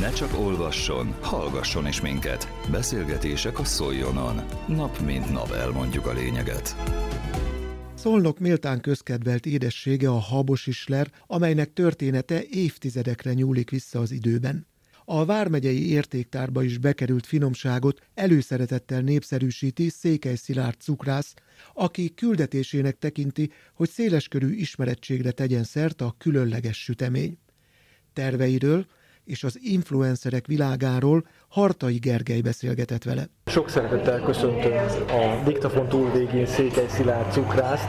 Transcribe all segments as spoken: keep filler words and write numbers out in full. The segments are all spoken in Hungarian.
Ne csak olvasson, hallgasson is minket. Beszélgetések a Szoljonon. Nap mint nap elmondjuk a lényeget. Szolnok méltán közkedvelt édessége a habos-isler, amelynek története évtizedekre nyúlik vissza az időben. A vármegyei értéktárba is bekerült finomságot előszeretettel népszerűsíti Székely Szilárd cukrász, aki küldetésének tekinti, hogy széleskörű ismerettségre tegyen szert a különleges sütemény. Terveiről és az influencerek világáról Hartai Gergely beszélgetett vele. Sok szeretettel köszöntöm a diktafon túlvégén Székely Szilárd cukrászt,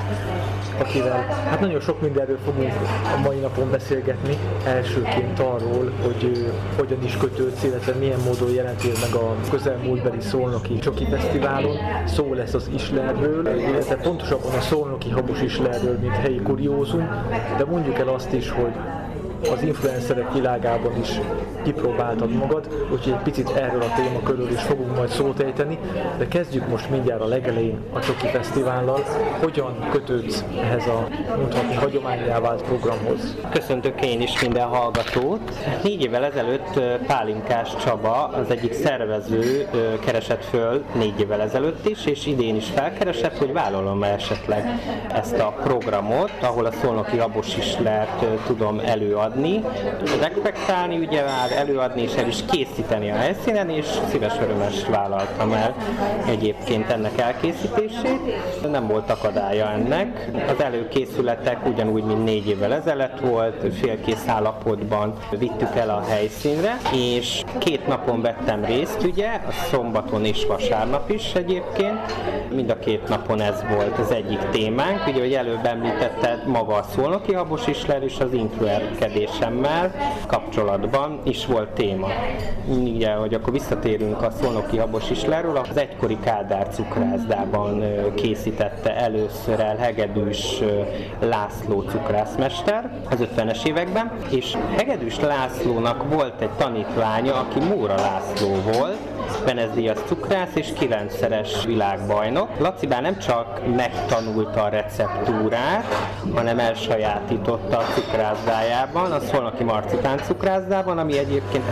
akivel hát nagyon sok mindenről fogunk a mai napon beszélgetni. Elsőként arról, hogy hogyan is kötődsz, illetve milyen módon jelentél meg a közelmúltbeli Szolnoki Csoki Fesztiválon. Szó lesz az islerről, illetve pontosabban a szolnoki habos islerről, mint helyi kuriózum, de mondjuk el azt is, hogy az influencerek világában is kipróbáltad magad, úgyhogy egy picit erről a témakörről is fogunk majd szót ejteni, de kezdjük most mindjárt a legelején a Csoki Fesztivállal. Hogyan kötődsz ehhez a mondhatni hagyománnyá vált programhoz? Köszöntök én is minden hallgatót. Négy évvel ezelőtt Pálinkás Csaba, az egyik szervező keresett föl négy évvel ezelőtt is, és idén is felkeresett, hogy vállalom esetleg ezt a programot, ahol a szolnoki habos islert tudom előadni, respektálni, ugye már előadni és el is készíteni a helyszínen, és szíves örömmel vállaltam el egyébként ennek elkészítését. Nem volt akadálya ennek. Az előkészületek ugyanúgy, mint négy évvel ezelőtt volt, félkész állapotban vittük el a helyszínre, és két napon vettem részt, ugye, a szombaton és vasárnap is egyébként. Mind a két napon ez volt az egyik témánk, ugye, hogy előbb említetted, maga a szolnoki habos isler és az influencerkedésemmel kapcsolatban is volt téma. Ugye, hogy akkor visszatérünk a szolnoki habos islerről, az egykori Kádár cukrászdában készítette először el Hegedűs László cukrászmester az ötvenes években, és Hegedűs Lászlónak volt egy tanítványa, aki Móra László volt, Benez-díjas cukrász és kilencszeres világbajnok. Laci bár nem csak megtanulta a receptúrát, hanem elsajátította a cukrászdájában, a szolnoki marcipán cukrászdában, ami egyébként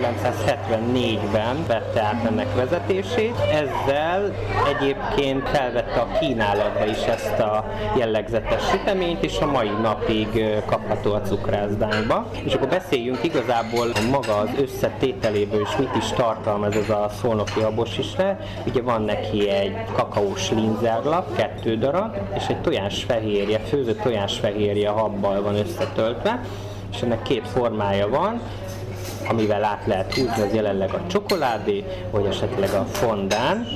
ezerkilencszázhetvennégyben vette át ennek vezetését. Ezzel egyébként felvette a kínálatba is ezt a jellegzetes süteményt, és a mai napig kapható a cukrászdánkba. És akkor beszéljünk igazából maga az összetételéből is, mit is tartalmaz ez a szolnoki habos isler. Ugye van neki egy kakaós linzerlap, kettő darab, és egy tojásfehérje, főzött tojásfehérje habbal van összetöltve, és ennek két formája van, amivel át lehet húzni, az jelenleg a csokoládé, vagy esetleg a fondán.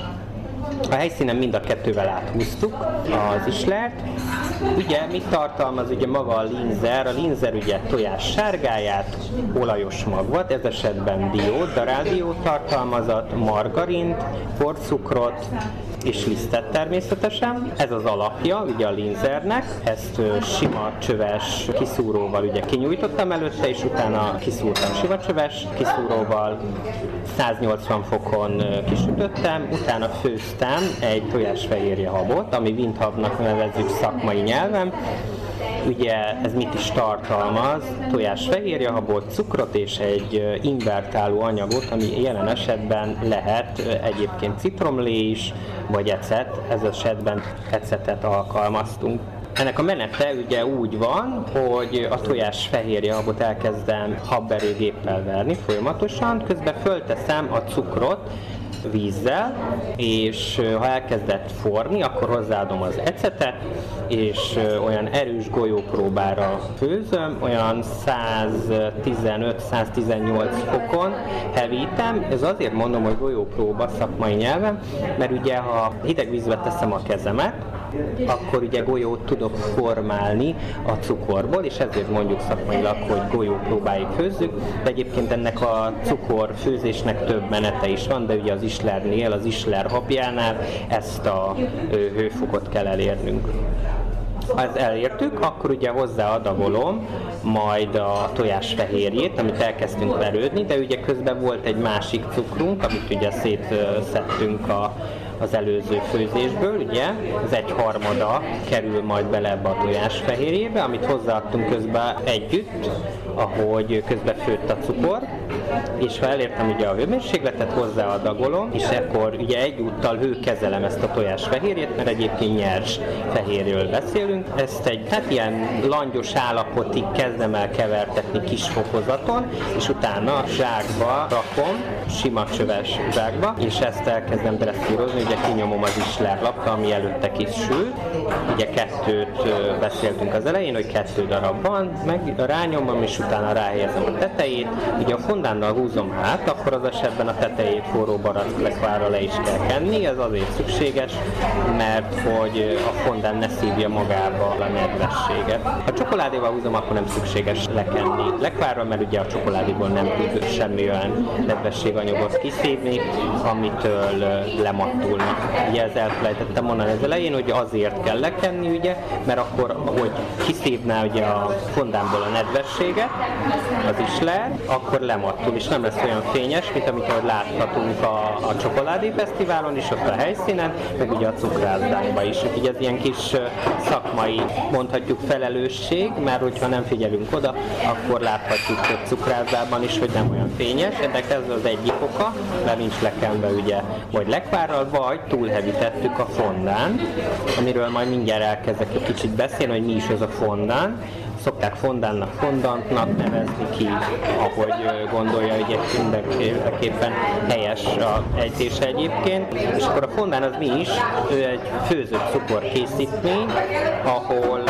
A helyszínen mind a kettővel áthúztuk az islert. Ugye mit tartalmaz ugye maga a linzer? A linzer ugye tojás sárgáját, olajos magvat, ez esetben diót, daráldiót tartalmazott, margarint, porcukrot és lisztet természetesen. Ez az alapja ugye a linzernek, ezt sima csöves kiszúróval ugye kinyújtottam előtte, és utána kiszúrtam sima csöves kiszúróval, száznyolcvan fokon kisütöttem, utána főztem egy tojásfehérje habot, ami vinthabnak nevezzük szakmai nyelven. Ugye ez mit is tartalmaz? Tojásfehérjehabot, cukrot és egy invertáló anyagot, ami jelen esetben lehet egyébként citromlé is, vagy ecet, ez esetben ecetet alkalmaztunk. Ennek a menete ugye úgy van, hogy a tojásfehérjehabot elkezdem habverőgéppel verni folyamatosan, közben fölteszem a cukrot vízzel, és ha elkezdett forni, akkor hozzáadom az ecetet, és olyan erős golyópróbára főzöm, olyan száztizenöt-száztizennyolc fokon hevítem. Ez azért mondom, hogy golyópróba szakmai nyelven, mert ugye ha hideg vízbe teszem a kezemet, akkor ugye golyót tudok formálni a cukorból, és ezért mondjuk szakmailag, hogy golyópróbáig főzzük, de egyébként ennek a cukorfőzésnek több menete is van, de ugye az islernél, az isler habjánál ezt a hőfokot kell elérnünk. Ha ezt elértük, akkor ugye hozzáadagolom majd a tojásfehérjét, amit elkezdtünk verődni, de ugye közben volt egy másik cukrunk, amit ugye szétszedtünk a az előző főzésből, ugye, az egy harmada kerül majd bele ebbe a tojásfehérjébe, amit hozzáadtunk közben együtt ahogy közben főtt a cukor, és ha elértem ugye a hőmérsékletet, hozzáadagolom, és akkor ugye egyúttal hőkezelem ezt a tojás fehérjét, mert egyébként nyers fehérről beszélünk. Ezt egy hát ilyen langyos állapotig kezdem el kevertetni kis fokozaton, és utána zsákba rakom, sima csöves zsákba, és ezt elkezdem dresszírozni, ugye kinyomom az islerlapra, ami előtte kis sül. Ugye kettőt beszéltünk az elején, hogy kettő darab van, meg rányomom, és utána ráhelyezem a tetejét. Ugye a fondánnal húzom át, akkor az esetben a tetejét forró barack-lekvárra le is kell kenni. Ez azért szükséges, mert hogy a fondán ne szívja magába a nedvességet. Ha csokoládéval húzom, akkor nem szükséges lekenni lekvárra, mert ugye a csokoládéból nem tud semmi olyan nedvességanyagot kiszívni, amitől lemattulnak. Ugye ez elfelejtettem mondani az elején, hogy azért kell lekenni, ugye, mert akkor, ahogy kiszívná ugye a fondánból a nedvességet, az isler, akkor lemattul, és nem lesz olyan fényes, mint amit ahogy láthatunk a, a Csokoládé Fesztiválon is, ott a helyszínen, meg ugye a cukrászdánkban is. Úgyhogy ez ilyen kis szakmai, mondhatjuk felelősség, mert hogyha nem figyelünk oda, akkor láthatjuk több cukrászdában is, hogy nem olyan fényes. Ennek ez az egyik oka, mert nincs lekenve ugye, vagy lekvárral, vagy túlhevítettük a fondán, amiről majd mindjárt elkezdek egy kicsit beszélni, hogy mi is ez a fondán. Szokták fondánnak, fondantnak nevezni ki, ahogy gondolja, hogy mindenképpen helyes a ejtése egyébként. És akkor a fondán az mi is? Ő egy főzött cukorkészítmény, ahol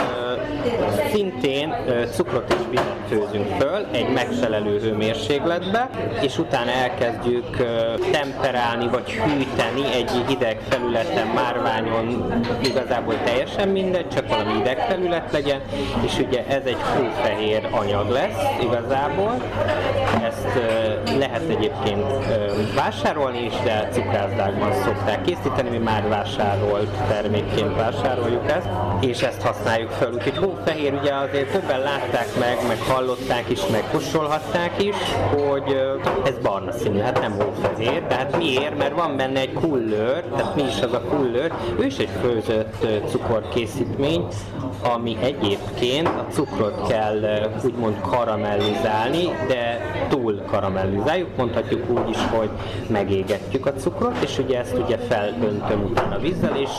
szintén cukrot és vizet főzünk föl egy megfelelő hőmérsékletbe, és utána elkezdjük temperálni vagy hűteni egy hideg felületen, márványon, igazából teljesen mindegy, csak valami hideg felület legyen, és ugye ez egy hófehér anyag lesz igazából. Ezt lehet egyébként vásárolni is, de cukrászdákban szokták készíteni, mi már vásárolt termékként vásároljuk ezt, és ezt használjuk fel. Úgyhogy hófehér, ugye azért többen látták meg, meg hallották is, meg kóstolhatták is, hogy ez barna színű, hát nem hófehér, de hát miért? Mert van benne egy kullőr, tehát mi is az a kullőr? Ő is egy főzött cukorkészítmény, ami egyébként a cukrot kell úgymond karamellizálni, de túl karamellizáljuk, mondhatjuk úgy is, hogy megégetjük a cukrot, és ugye ezt ugye feldöntöm utána vízzel, és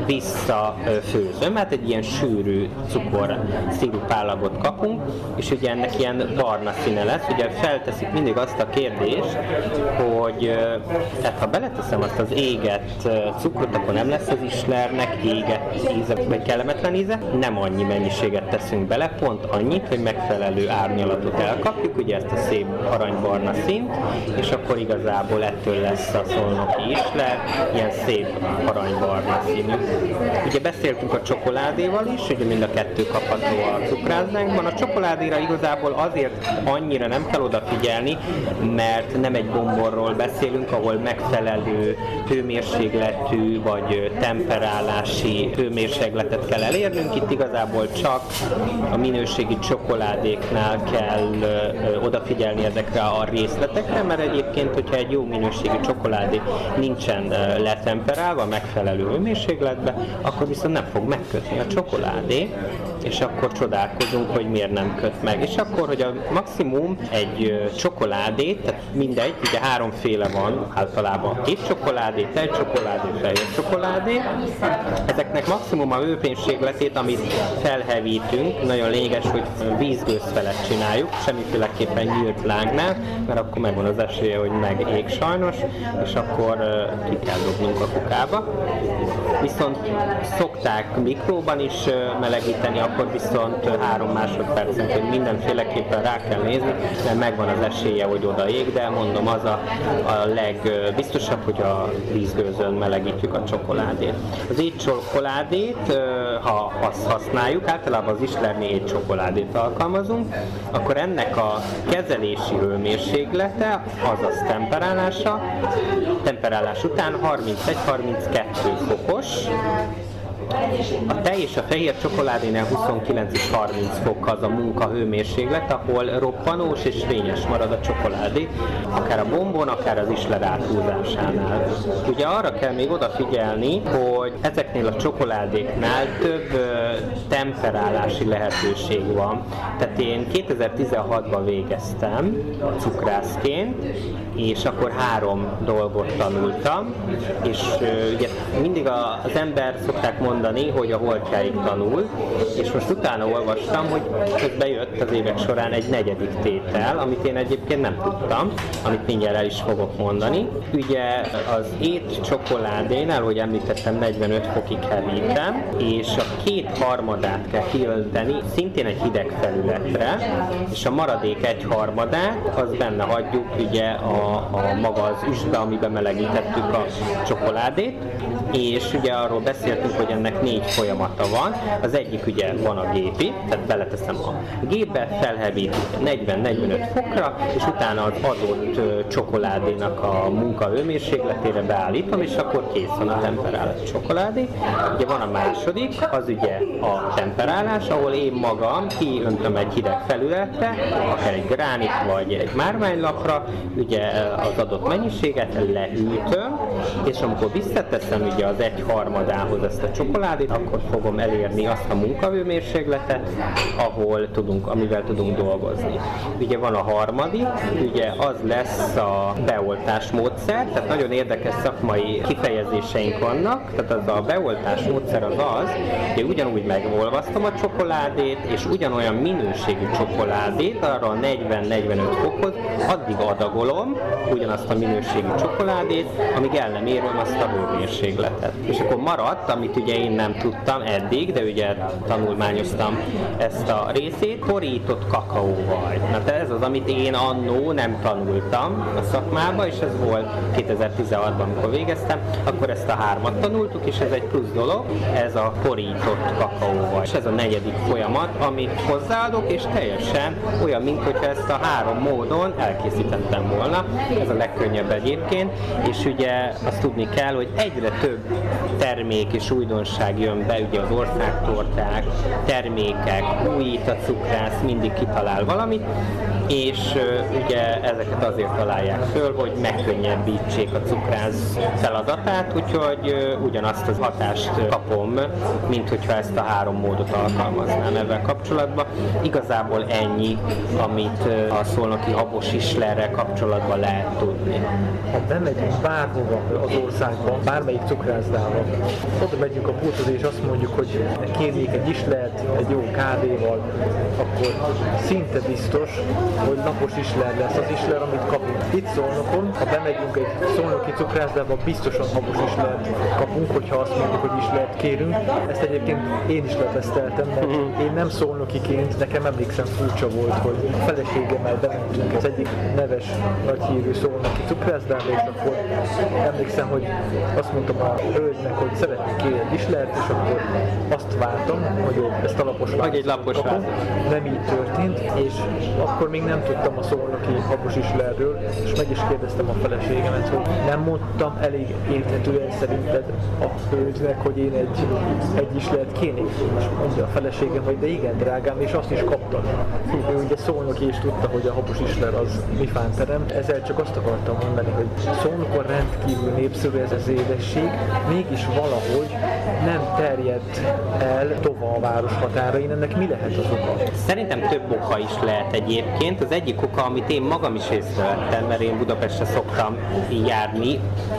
visszafőzöm, hát egy ilyen sűrű cukor szirupállagot kapunk, és ugye ennek ilyen barna színe lesz. Ugye felteszik mindig azt a kérdést, hogy tehát ha beleteszem azt az égett cukrot, akkor nem lesz az islernek égett íze, vagy kellemetlen íze. Nem annyi mennyiséget teszünk bele, pont annyit, hogy megfelelő árnyalatot elkapjuk, ugye ezt a szép aranybarna színt, és akkor igazából ettől lesz a szolnoki isler, ilyen szép aranybarna színű. Ugye beszéltünk a csokoládéval is, ugye mind a kettő kapható a cukrászdánkban. A csokoládéra igazából azért annyira nem kell odafigyelni, mert nem egy bomborról beszélünk, ahol megfelelő hőmérsékletű vagy temperálási hőmérsékletet kell elérnünk. Itt igazából csak a minőségi csokoládéknál kell ö, odafigyelni ezekre a részletekre, mert egyébként, hogyha egy jó minőségű csokoládé nincsen ö, letemperálva megfelelő hőmérsékletbe, akkor viszont nem fog megkötni a csokoládé, és akkor csodálkozunk, hogy miért nem köt meg. És akkor, hogy a maximum egy ö, csokoládé, tehát mindegy, ugye háromféle van általában, két csokoládé, tej csokoládé, fehér csokoládé. Ezeknek maximum a hőmérsékletét, amit felhevítünk, nagyon lényeges, hogy vízgőz felett csináljuk, semmiféleképpen nyílt lágnál, mert akkor megvan az esélye, hogy megég sajnos, és akkor uh, ki kell dobnunk a kukába. Viszont szokták mikróban is uh, melegíteni, akkor viszont uh, három másodpercen, hogy mindenféleképpen rá kell nézni, mert megvan az esélye, hogy odaég, de mondom, az a, a legbiztosabb, hogy a vízgőzön melegítjük a csokoládét. Az égy csokoládét, uh, ha azt használjuk, általában az islernél égy csokoládét alkalmazunk, akkor ennek a kezelési hőmérséklete, azaz temperálása, temperálás után harmincegy-harminckettő fokos, A tej és a fehér csokoládénél huszonkilenc és harminc fok az a munkahőmérséklet, ahol roppanós és fényes marad a csokoládé, akár a bombon, akár az isler áthúzásánál. Ugye arra kell még odafigyelni, hogy ezeknél a csokoládéknál több temperálási lehetőség van. Tehát én kétezer-tizenhatban végeztem cukrászként, és akkor három dolgot tanultam, és ugye mindig az ember szokták mondani, hogy a holtjáig tanul, és most utána olvastam, hogy közben jött az évek során egy negyedik tétel, amit én egyébként nem tudtam, amit mindjárt el is fogok mondani. Ugye az ét csokoládénál, ahogy említettem, negyvenöt fokig hevítem, és a két harmadát kell kiönteni, szintén egy hideg felületre, és a maradék egy harmadát, az benne hagyjuk ugye a, a maga az üstbe, amiben melegítettük a csokoládét, és ugye arról beszéltünk, hogy ennek négy folyamata van. Az egyik ugye van a gépi, tehát beleteszem a gépbe, felhevítjük negyven-negyvenöt fokra, és utána az adott csokoládénak a munkahőmérsékletére beállítom, és akkor kész van a temperált csokoládé. Ugye van a második, az ugye a temperálás, ahol én magam kiöntöm egy hideg felületre, akár egy gránit vagy egy márványlapra, ugye az adott mennyiséget lehűtöm, és amikor visszateszem ugye az egy harmadához ezt a csokoládét, akkor fogom elérni azt a munkahőmérsékletet, ahol tudunk, amivel tudunk dolgozni. Ugye van a harmadik, ugye az lesz a beoltás módszer, tehát nagyon érdekes szakmai kifejezéseink vannak, tehát az a beoltás módszer az az, hogy ugyanúgy megolvasztom a csokoládét, és ugyanolyan minőségű csokoládét arra a negyven-negyvenöt fokhoz, addig adagolom ugyanazt a minőségű csokoládét, amíg el nem érem azt a hőmérsékletet. És akkor maradt, amit ugye én nem tudtam eddig, de ugye tanulmányoztam ezt a részét, porított kakaóval. Na ez az, amit én annó nem tanultam a szakmába, és ez volt kétezer-tizenhatban, amikor végeztem, akkor ezt a hármat tanultuk, és ez egy plusz dolog, ez a porított kakaóval. És ez a negyedik folyamat, amit hozzáadok, és teljesen olyan, mintha ezt a három módon elkészítettem volna. Ez a legkönnyebb egyébként, és ugye azt tudni kell, hogy egyre több termék és újdonság jön be, ugye az országtorták, termékek, újít a cukrász, mindig kitalál valamit, és ugye ezeket azért találják föl, hogy megkönnyebbítsék a cukrász feladatát, úgyhogy ugyanazt az hatást kapom, mint hogyha ezt a három módot alkalmaznám ebben kapcsolatban. Igazából ennyi, amit a szolnoki habos islerrel kapcsolatban lehet tudni. Ha bemegyünk bárhova az országban, bármelyik cukrászdába, oda megyünk a pulthoz és azt mondjuk, hogy kérnék egy islert, egy jó kávéval, akkor szinte biztos, hogy lapos isler lesz az isler, amit kapunk. Itt Szolnokon, ha bemegyünk egy szolnoki cukrászdába, biztosan habos islert kapunk, hogyha azt mondjuk, hogy islert kérünk. Ezt egyébként én is leteszteltem, mert én nem szolnokiként, nekem emlékszem furcsa volt, hogy a feleségemmel bementünk az egyik neves, nagyhírű szolnoki cukrászdába, és akkor emlékszem, hogy azt mondtam a hölgynek, hogy szeretnék kérni egy islert, és akkor azt vártam, hogy ezt a lapos változatot kapom. Nem így történt, és akkor még nem tudtam a szolnoki habos islerről, és meg is kérdeztem a feleségemet, hogy nem mondtam elég érthetően szerinted a hölgynek, hogy én egy, egy islert kérnék, és mondja a feleségem, hogy de igen, drágám, és azt is kaptam. Ő ugye szolnoki és tudta, hogy a habos isler az mi fánterem. Ezzel csak azt akartam mondani, hogy Szolnokon rendkívül népszerű ez az édesség, mégis valahogy nem terjedt el tova a város határain. Ennek mi lehet az oka? Szerintem több oka is lehet egyébként. Az egyik oka, amit én magam is észrevettem, mert én Budapestre szoktam járni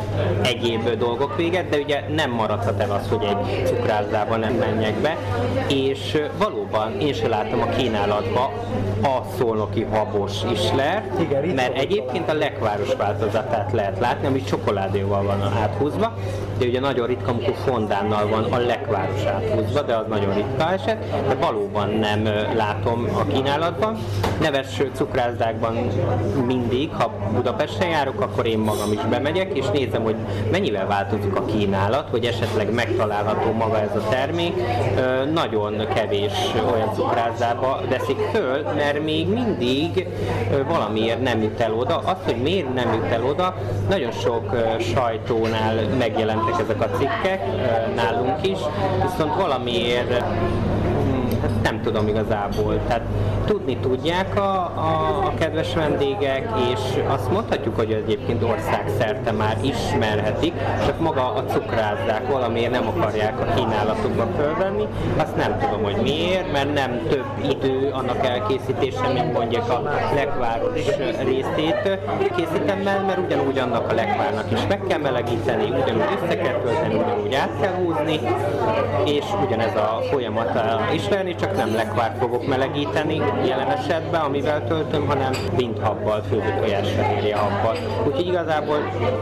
egyéb dolgok véget, de ugye nem maradhat el az, hogy egy cukrászdába nem menjek be, és valóban én sem látom a kínálatba a szolnoki habos islert, igen, mert egyébként a lekváros változatát lehet látni, ami csokoládéval van áthúzva, de ugye nagyon ritka, amikor fondánnal van a lekváros áthúzva, de az nagyon nagyon ritka eset, de valóban nem látom a kínálatban. Neves cukrászdákban mindig, ha Budapesten járok, akkor én magam is bemegyek, és nézem, hogy mennyivel változik a kínálat, hogy esetleg megtalálható maga ez a termék. Nagyon kevés olyan cukrászdába veszik föl, mert még mindig valamiért nem jut el oda. Az, hogy miért nem jut el oda, nagyon sok sajtónál megjelentek ezek a cikkek, nálunk is, viszont valamiért nem tudom igazából. Tehát tudni tudják a, a, a kedves vendégek, és azt mondhatjuk, hogy egyébként országszerte már ismerhetik, csak maga a cukrászdák valamiért nem akarják a kínálatokba fölvenni. Azt nem tudom, hogy miért, mert nem több idő annak elkészítése, mint mondjuk a lekváros részét készítem el, mert ugyanúgy annak a lekvárnak is meg kell melegíteni, ugyanúgy össze kell tölteni, ugyanúgy át kell húzni, és ugyanez a folyamat is lenni, csak nem lekvárt fogok melegíteni jelen esetben, amivel töltöm, hanem binthabbal, főzött tojásfehérje habbal. Úgyhogy igazából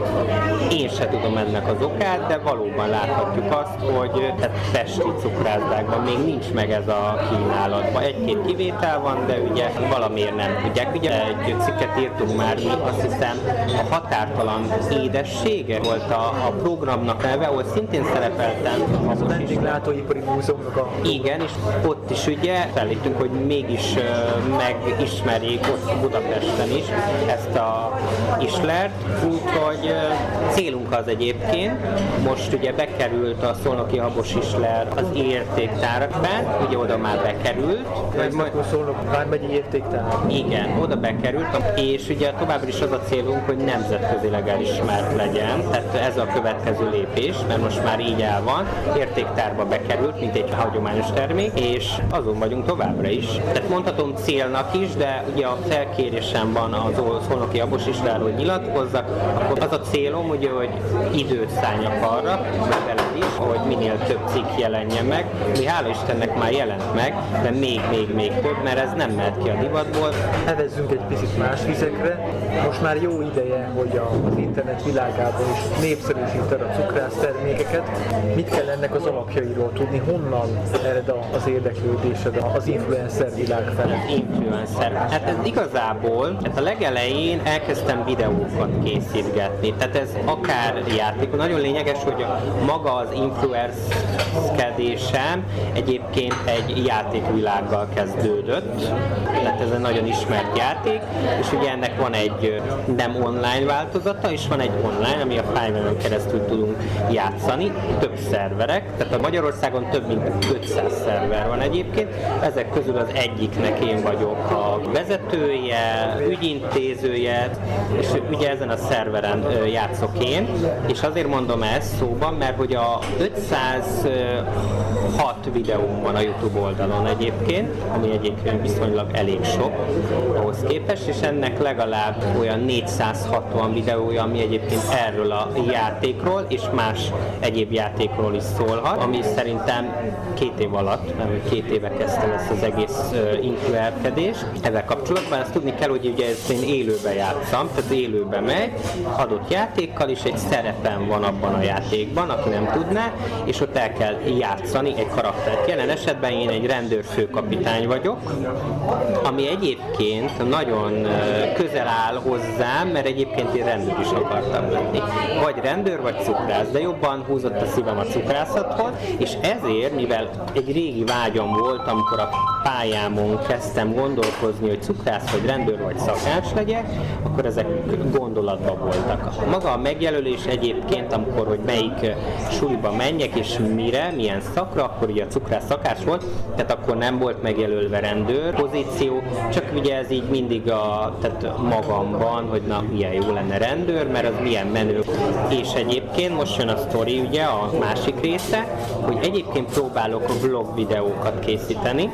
én se tudom ennek az okát, de valóban láthatjuk azt, hogy tehát pesti cukrászdákban még nincs meg ez a kínálatban. Egy-két kivétel van, de ugye valamiért nem tudják. Ugye egy cikket írtunk már mi, azt hiszem a határtalan édessége volt a, a programnak neve, ahol szintén szerepeltem. Az a vendéglátóipari múzeumnak a... Igen, és ott is ugye felléptünk, hogy mégis uh, megismerjék ott Budapesten is ezt a Islert, úgyhogy uh, célunk az egyébként. Most ugye bekerült a szolnoki habos Isler az értéktárba, ugye oda már bekerült. Ez majd Szolnok vármegyi értéktár? Igen, oda bekerült, és ugye továbbra is az a célunk, hogy nemzetközileg elismert legyen, tehát ez a következő lépés, mert most már így el van, értéktárba bekerült, mint egy hagyományos termék, és azon vagyunk továbbra is. Tehát mondhatom célnak is, de ugye a felkérésem van az szolnoki habos Islerről, hogy nyilatkozzak, akkor az a célom, ugye, hogy időt szálljak arra, hogy veled is, hogy minél több cikk jelenjen meg, mi hála Istennek már jelent meg, de még, még, még több, mert ez nem mehet ki a divatból. Nevezzünk egy picit más vizekre. Most már jó ideje, hogy az internet világában is népszerűsíted a cukrász termékeket. Mit kell ennek az alapjairól tudni? Honnan ered az érdeklődésed az influencer világ felé? Az influencer. Hát ez igazából, hát a legelején elkezdtem videókat készítgetni. Tehát ez akár játék. Nagyon lényeges, hogy a, maga az influencerkedésem egyébként egy játékvilággal kezdődött. Tehát ez egy nagyon ismert játék, és ugye ennek van egy nem online változata, és van egy online, ami a Fiverr-en keresztül tudunk játszani, több szerverek, tehát a Magyarországon több mint ötszáz szerver van egyébként, ezek közül az egyiknek én vagyok a vezetője, ügyintézője, és ugye ezen a szerveren játszok én, és azért mondom ezt szóban, mert hogy a ötszázhat videóm van a YouTube oldalon egyébként, ami egyébként viszonylag elég sok ahhoz képest, és ennek legalább olyan négyszázhatvan videója, ami egyébként erről a játékról és más egyéb játékról is szólhat, ami szerintem két év alatt, mert két éve kezdtem ezt az egész uh, influencerkedés. Ezzel kapcsolatban azt tudni kell, hogy ugye ezt én élőben játszam, tehát élőben megy, adott játékkal, és egy szerepem van abban a játékban, aki nem tudná, és ott el kell játszani egy karaktert. Jelen esetben én egy rendőrfőkapitány vagyok, ami egyébként nagyon közel áll hozzám, mert egyébként én rendőr is akartam lenni. Vagy rendőr, vagy cukrász, de jobban húzott a szívem a cukrászathoz, és ezért, mivel egy régi vágyam volt, amikor a pályámon kezdtem gondolkozni, hogy cukrász, vagy rendőr, vagy szakács legyek, akkor ezek gondolatban voltak. Maga a megjelölés egyébként, amikor, hogy melyik suliba menjek, és mire, milyen szakra, akkor ugye a cukrász szakács volt, tehát akkor nem volt megjelölve rendőr pozíció, csak ugye ez így mindig a, tehát magamban, hogy na, milyen jó lenne rendőr, mert az milyen menő. És egyébként most jön a sztori, ugye, a másik része, hogy egyébként próbálok vlog videókat készíteni,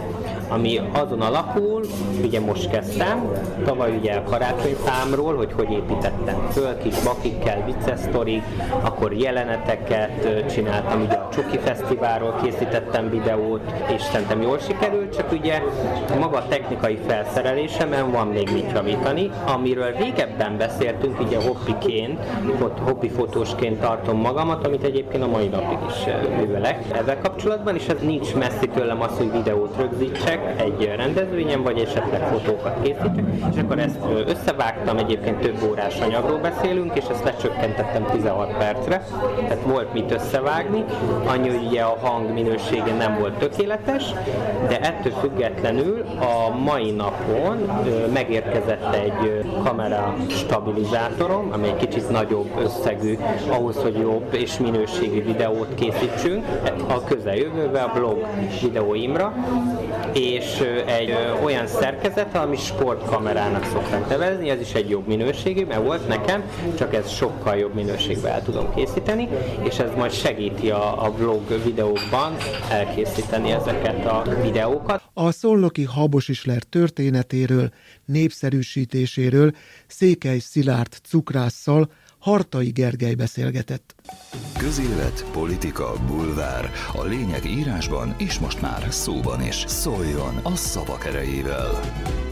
ami azon alapul, ugye most kezdtem, tavaly ugye a karácsonyfámról, hogy hogy építettem föl, kis bakikkel, vicces sztorik, akkor jeleneteket csináltam, ugye a Csoki Fesztiválról készítettem videót, és szerintem jól sikerült, csak ugye maga a technikai felszerelésemen van még mit javítani, amiről régebben beszéltünk, ugye hobbiként, hobbifotósként tartom magamat, amit egyébként a mai napig is művelek ezzel kapcsolatban, és ez nincs messzi tőlem az, hogy videót rögzítsek egy rendezvényen, vagy esetleg fotókat készítsek, és akkor ezt összevágtam, egyébként több órás anyagról beszélünk, és ezt lecsökkentettem tizenhat percre, tehát volt mit összevágni, annyi, hogy ugye a hang minősége nem volt tökéletes, de ettől függetlenül a mai napon megérkezett egy kamera stabilizátorom, ami egy kicsit nagyobb összegű ahhoz, hogy jobb és minőségű videót készítsünk a közeljövőben a blog videóimra, és egy olyan szerkezet, ami sportkamerának szoktam nevezni, ez is egy jobb minőségű, mert volt nekem, csak ez sokkal jobb minőségben el tudom készíteni, és ez majd segíti a, a vlog videókban elkészíteni ezeket a videókat. A szolnoki Habos-Isler történetéről, népszerűsítéséről Székely Szilárd cukrásszal Hartai Gergely beszélgetett. Közélet, politika, bulvár. A lényeg írásban és most már szóban is. Szóljon a szavak erejével!